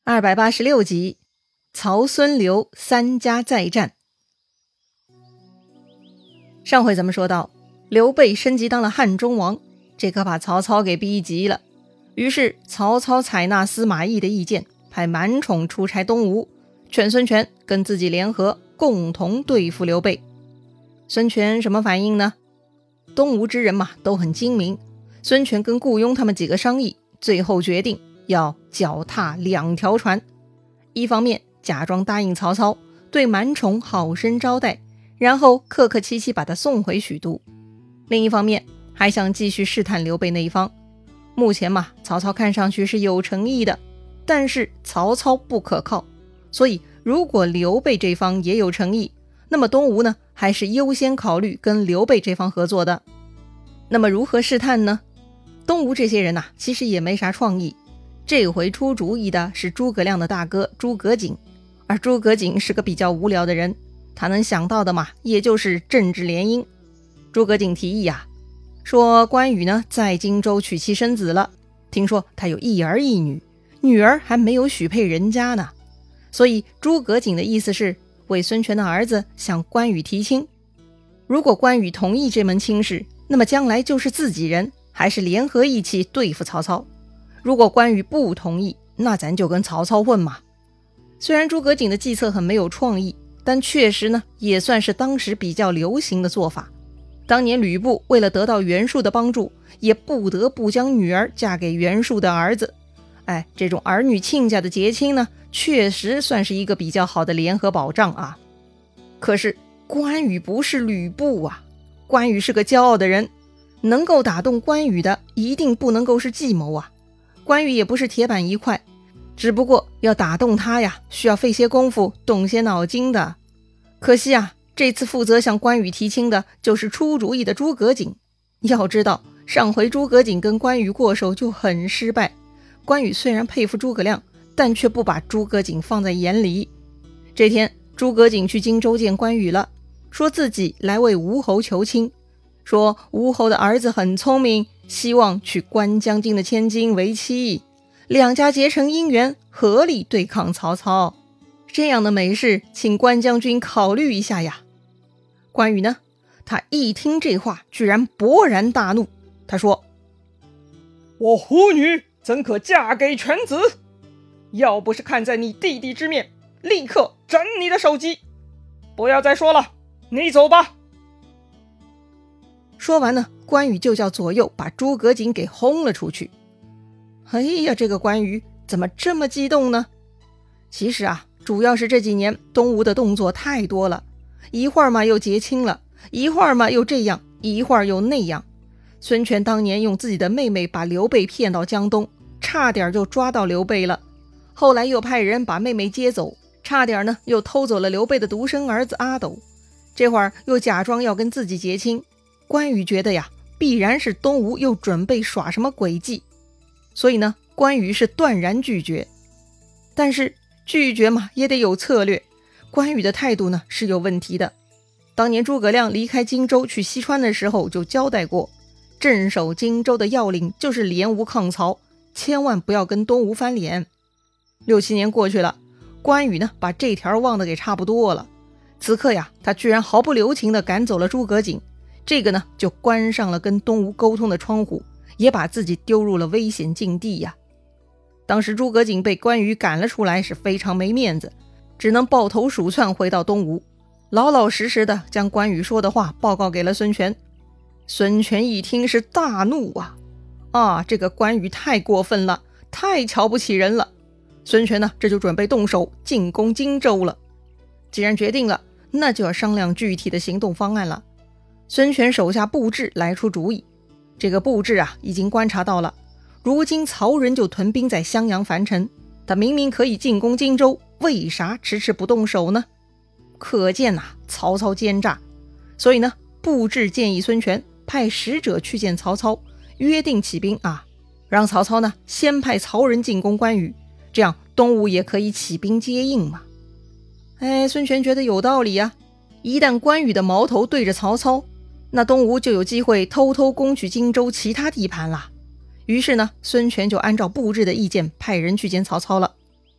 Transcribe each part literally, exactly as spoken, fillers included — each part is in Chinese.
二百八十六集，曹孙刘三家再战。上回咱们说到，刘备升级当了汉中王，这可把曹操给逼急了。于是曹操采纳司马懿的意见，派满宠出差东吴，劝孙权跟自己联合，共同对付刘备。孙权什么反应呢？东吴之人嘛，都很精明。孙权跟顾雍他们几个商议，最后决定要脚踏两条船，一方面假装答应曹操，对满宠好生招待，然后客客气气把他送回许都；另一方面还想继续试探刘备那一方。目前嘛，曹操看上去是有诚意的，但是曹操不可靠，所以如果刘备这方也有诚意，那么东吴呢，还是优先考虑跟刘备这方合作的。那么如何试探呢？东吴这些人呐、啊，其实也没啥创意。这回出主意的是诸葛亮的大哥诸葛瑾，而诸葛瑾是个比较无聊的人，他能想到的嘛，也就是政治联姻。诸葛瑾提议啊，说关羽呢在荆州娶妻生子了，听说他有一儿一女，女儿还没有许配人家呢，所以诸葛瑾的意思是为孙权的儿子向关羽提亲。如果关羽同意这门亲事，那么将来就是自己人，还是联合一起对付曹操。如果关羽不同意，那咱就跟曹操混嘛。虽然诸葛瑾的计策很没有创意，但确实呢，也算是当时比较流行的做法。当年吕布为了得到袁术的帮助，也不得不将女儿嫁给袁术的儿子。哎，这种儿女亲家的结亲呢，确实算是一个比较好的联合保障啊。可是关羽不是吕布啊，关羽是个骄傲的人，能够打动关羽的一定不能够是计谋啊。关羽也不是铁板一块，只不过要打动他呀，需要费些功夫，动些脑筋的。可惜啊，这次负责向关羽提亲的就是出主意的诸葛瑾。要知道，上回诸葛瑾跟关羽过手就很失败，关羽虽然佩服诸葛亮，但却不把诸葛瑾放在眼里。这天，诸葛瑾去荆州见关羽了，说自己来为吴侯求亲，说吴侯的儿子很聪明，希望娶关将军的千金为妻，两家结成姻缘，合力对抗曹操。这样的美事，请关将军考虑一下呀。关羽呢，他一听这话，居然勃然大怒。他说：我胡女怎可嫁给犬子？要不是看在你弟弟之面，立刻斩你的首级！不要再说了，你走吧。说完呢，关羽就叫左右把诸葛瑾给轰了出去。哎呀，这个关羽怎么这么激动呢？其实啊，主要是这几年东吴的动作太多了，一会儿嘛又结亲了，一会儿嘛又这样，一会儿又那样。孙权当年用自己的妹妹把刘备骗到江东，差点就抓到刘备了，后来又派人把妹妹接走，差点呢又偷走了刘备的独生儿子阿斗，这会儿又假装要跟自己结亲。关羽觉得呀，必然是东吴又准备耍什么诡计，所以呢，关羽是断然拒绝。但是拒绝嘛，也得有策略。关羽的态度呢是有问题的。当年诸葛亮离开荆州去西川的时候就交代过，镇守荆州的要领就是联吴抗曹，千万不要跟东吴翻脸。六七年过去了，关羽呢把这条忘得给差不多了。此刻呀，他居然毫不留情地赶走了诸葛瑾，这个呢就关上了跟东吴沟通的窗户，也把自己丢入了危险境地呀。当时诸葛瑾被关羽赶了出来，是非常没面子，只能抱头鼠窜回到东吴，老老实实的将关羽说的话报告给了孙权。孙权一听是大怒啊，啊，这个关羽太过分了，太瞧不起人了。孙权呢，这就准备动手进攻荆州了。既然决定了，那就要商量具体的行动方案了。孙权手下布置来出主意，这个布置啊，已经观察到了，如今曹仁就屯兵在襄阳樊城，他明明可以进攻荆州，为啥迟迟不动手呢？可见啊，曹操奸诈。所以呢，布置建议孙权派使者去见曹操，约定起兵啊，让曹操呢先派曹仁进攻关羽，这样东吴也可以起兵接应嘛。哎，孙权觉得有道理啊，一旦关羽的矛头对着曹操，那东吴就有机会偷偷攻取荆州其他地盘啦。于是呢，孙权就按照布置的意见派人去见曹操了。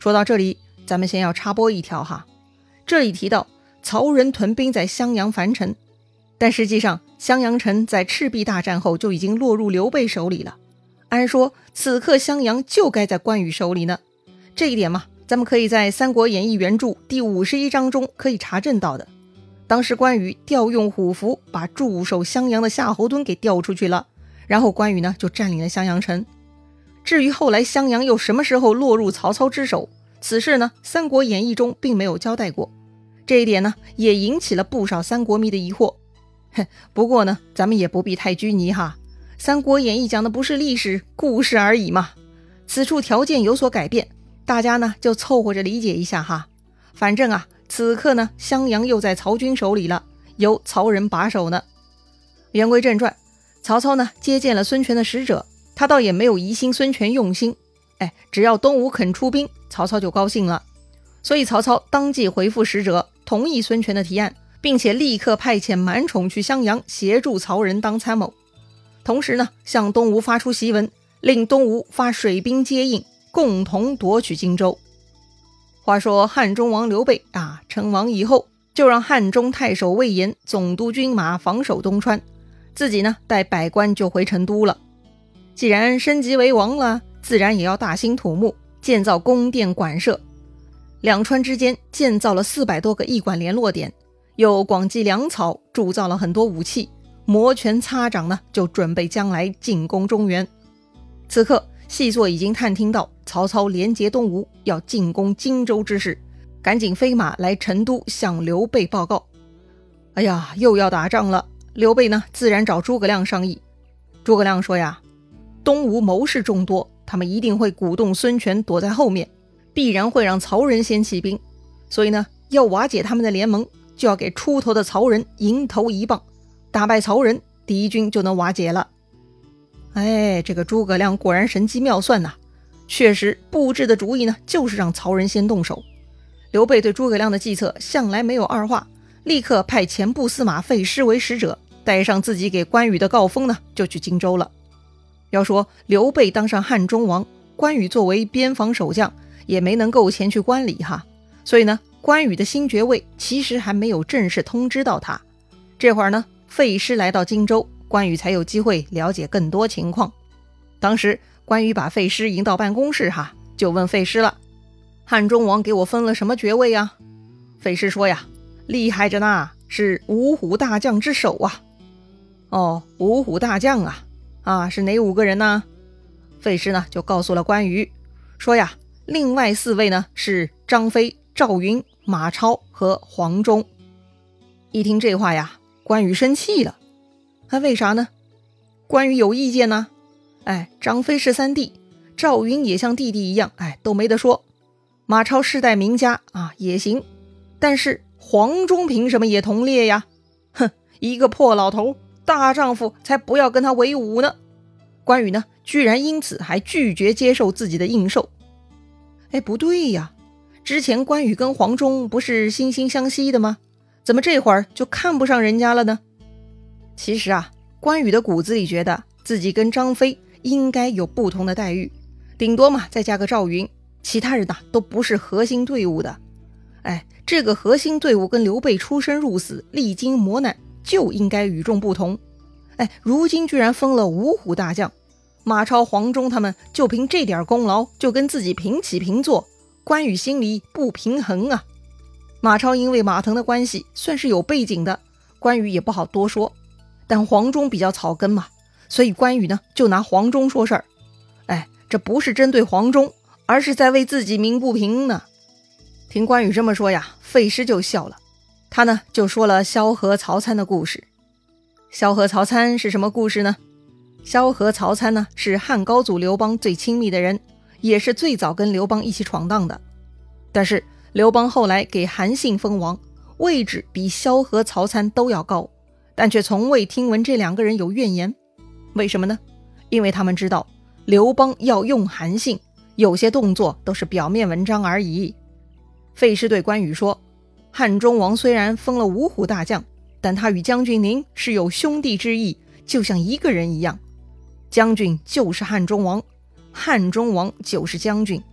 说到这里，咱们先要插播一条哈，这里提到曹仁屯兵在襄阳樊城，但实际上襄阳城在赤壁大战后就已经落入刘备手里了。按说此刻襄阳就该在关羽手里呢，这一点嘛，咱们可以在《三国演义》原著第五十一章中可以查证到的。当时关羽调用虎符，把驻守襄阳的夏侯惇给调出去了，然后关羽呢就占领了襄阳城。至于后来襄阳又什么时候落入曹操之手，此事呢《三国演义》中并没有交代过。这一点呢也引起了不少三国迷的疑惑。不过呢咱们也不必太拘泥哈，《三国演义》讲的不是历史故事而已嘛，此处条件有所改变，大家呢就凑合着理解一下哈。反正啊此刻呢襄阳又在曹军手里了，由曹仁把守呢。言归正传，曹操呢接见了孙权的使者，他倒也没有疑心孙权用心，哎，只要东吴肯出兵，曹操就高兴了。所以曹操当即回复使者，同意孙权的提案，并且立刻派遣满宠去襄阳协助曹仁当参谋。同时呢向东吴发出檄文，令东吴发水兵接应，共同夺取荆州。话说汉中王刘备啊，称王以后就让汉中太守魏延总督军马防守东川，自己呢带百官就回成都了。既然升级为王了，自然也要大兴土木，建造宫殿馆舍。两川之间建造了四百多个驿馆联络点，又广积粮草，铸造了很多武器，摩拳擦掌呢，就准备将来进攻中原。此刻细作已经探听到曹操连结东吴，要进攻荆州之事，赶紧飞马来成都向刘备报告。哎呀，又要打仗了，刘备呢自然找诸葛亮商议。诸葛亮说呀，东吴谋士众多，他们一定会鼓动孙权躲在后面，必然会让曹仁先起兵，所以呢要瓦解他们的联盟，就要给出头的曹仁迎头一棒，打败曹仁，敌军就能瓦解了。哎，这个诸葛亮果然神机妙算呐、啊，确实布置的主意呢就是让曹仁先动手。刘备对诸葛亮的计策向来没有二话，立刻派前部司马费诗为使者，带上自己给关羽的告封呢，就去荆州了。要说刘备当上汉中王，关羽作为边防守将也没能够前去观礼哈，所以呢关羽的新爵位其实还没有正式通知到他。这会儿呢费诗来到荆州，关羽才有机会了解更多情况。当时关羽把费诗迎到办公室哈，就问费诗了，汉中王给我分了什么爵位啊？费诗说呀，厉害着呢，是五虎大将之首啊。哦，五虎大将啊，啊是哪五个人呢？费诗呢就告诉了关羽，说呀另外四位呢是张飞、赵云、马超和黄忠。一听这话呀，关羽生气了。他为啥呢？关羽有意见呢。哎，张飞是三弟，赵云也像弟弟一样，哎，都没得说。马超世代名家啊，也行。但是黄忠凭什么也同列呀？哼，一个破老头，大丈夫才不要跟他为伍呢。关羽呢，居然因此还拒绝接受自己的应受。哎，不对呀，之前关羽跟黄忠不是惺惺相惜的吗？怎么这会儿就看不上人家了呢？其实啊，关羽的骨子里觉得自己跟张飞应该有不同的待遇，顶多嘛再加个赵云，其他人呐、啊、都不是核心队伍的。哎，这个核心队伍跟刘备出生入死，历经磨难，就应该与众不同。哎，如今居然封了五虎大将，马超、黄忠他们就凭这点功劳就跟自己平起平坐，关羽心里不平衡啊。马超因为马腾的关系算是有背景的，关羽也不好多说，但黄忠比较草根嘛，所以关羽呢就拿黄忠说事儿。哎，这不是针对黄忠，而是在为自己鸣不平呢。听关羽这么说呀，费诗就笑了，他呢就说了萧何曹参的故事。萧何曹参是什么故事呢？萧何曹参呢是汉高祖刘邦最亲密的人，也是最早跟刘邦一起闯荡的。但是刘邦后来给韩信封王，位置比萧何曹参都要高，但却从未听闻这两个人有怨言。为什么呢？因为他们知道刘邦要用韩信，有些动作都是表面文章而已。费诗对关羽说，汉中王虽然封了五虎大将，但他与将军您是有兄弟之义，就像一个人一样。将军就是汉中王，汉中王就是将军，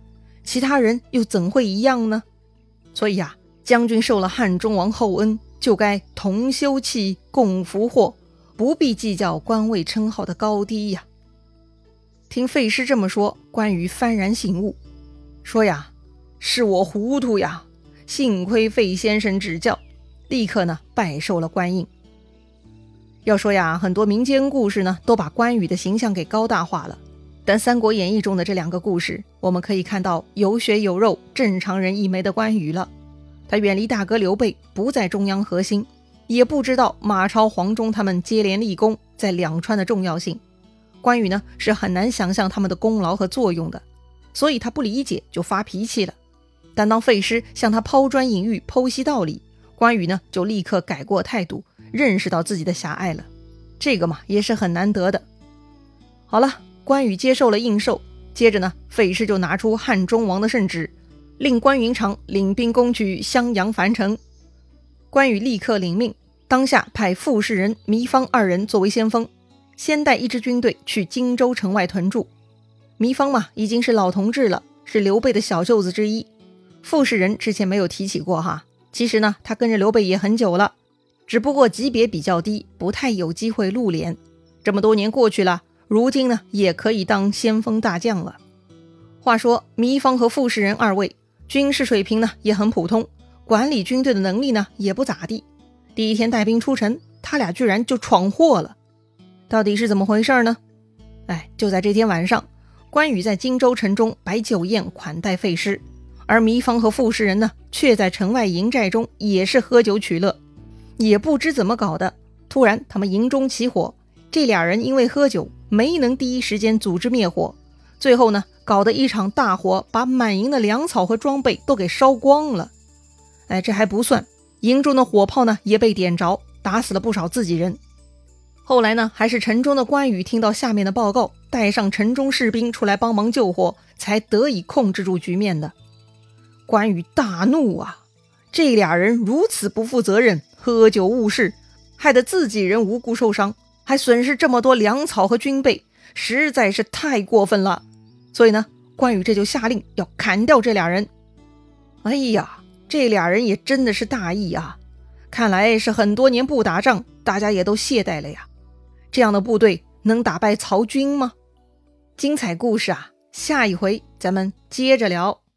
其他人又怎会一样呢？所以呀、啊，将军受了汉中王厚恩，就该同休戚，共福祸，不必计较官位称号的高低呀。听费师这么说，关羽幡然醒悟，说呀，是我糊涂呀，幸亏费先生指教，立刻呢拜受了官印。要说呀，很多民间故事呢都把关羽的形象给高大化了，但《三国演义》中的这两个故事，我们可以看到有血有肉、正常人一枚的关羽了。他远离大哥刘备，不在中央核心，也不知道马超、黄忠他们接连立功在两川的重要性。关羽呢是很难想象他们的功劳和作用的，所以他不理解就发脾气了。但当费师向他抛砖引玉、剖析道理，关羽呢就立刻改过态度，认识到自己的狭隘了。这个嘛也是很难得的。好了，关羽接受了印绶，接着呢费师就拿出汉中王的圣旨，令关云长领兵攻取襄阳樊城。关羽立刻领命，当下派傅士仁、糜芳二人作为先锋，先带一支军队去荆州城外屯驻。糜芳嘛已经是老同志了，是刘备的小舅子之一。傅士仁之前没有提起过哈，其实呢他跟着刘备也很久了，只不过级别比较低，不太有机会露脸。这么多年过去了，如今呢也可以当先锋大将了。话说糜芳和傅士仁二位军事水平呢也很普通，管理军队的能力呢也不咋地。第一天带兵出城，他俩居然就闯祸了，到底是怎么回事呢？哎，就在这天晚上，关羽在荆州城中摆酒宴款待费师，而糜芳和傅士仁呢却在城外营寨中也是喝酒取乐。也不知怎么搞的，突然他们营中起火，这俩人因为喝酒没能第一时间组织灭火，最后呢搞得一场大火，把满营的粮草和装备都给烧光了。哎，这还不算，营中的火炮呢也被点着，打死了不少自己人。后来呢还是城中的关羽听到下面的报告，带上城中士兵出来帮忙救火，才得以控制住局面的。关羽大怒啊，这俩人如此不负责任，喝酒误事，害得自己人无辜受伤，还损失这么多粮草和军备，实在是太过分了。所以呢关羽这就下令要砍掉这俩人。哎呀，这俩人也真的是大意啊，看来是很多年不打仗，大家也都懈怠了呀。这样的部队能打败曹军吗？精彩故事啊，下一回咱们接着聊。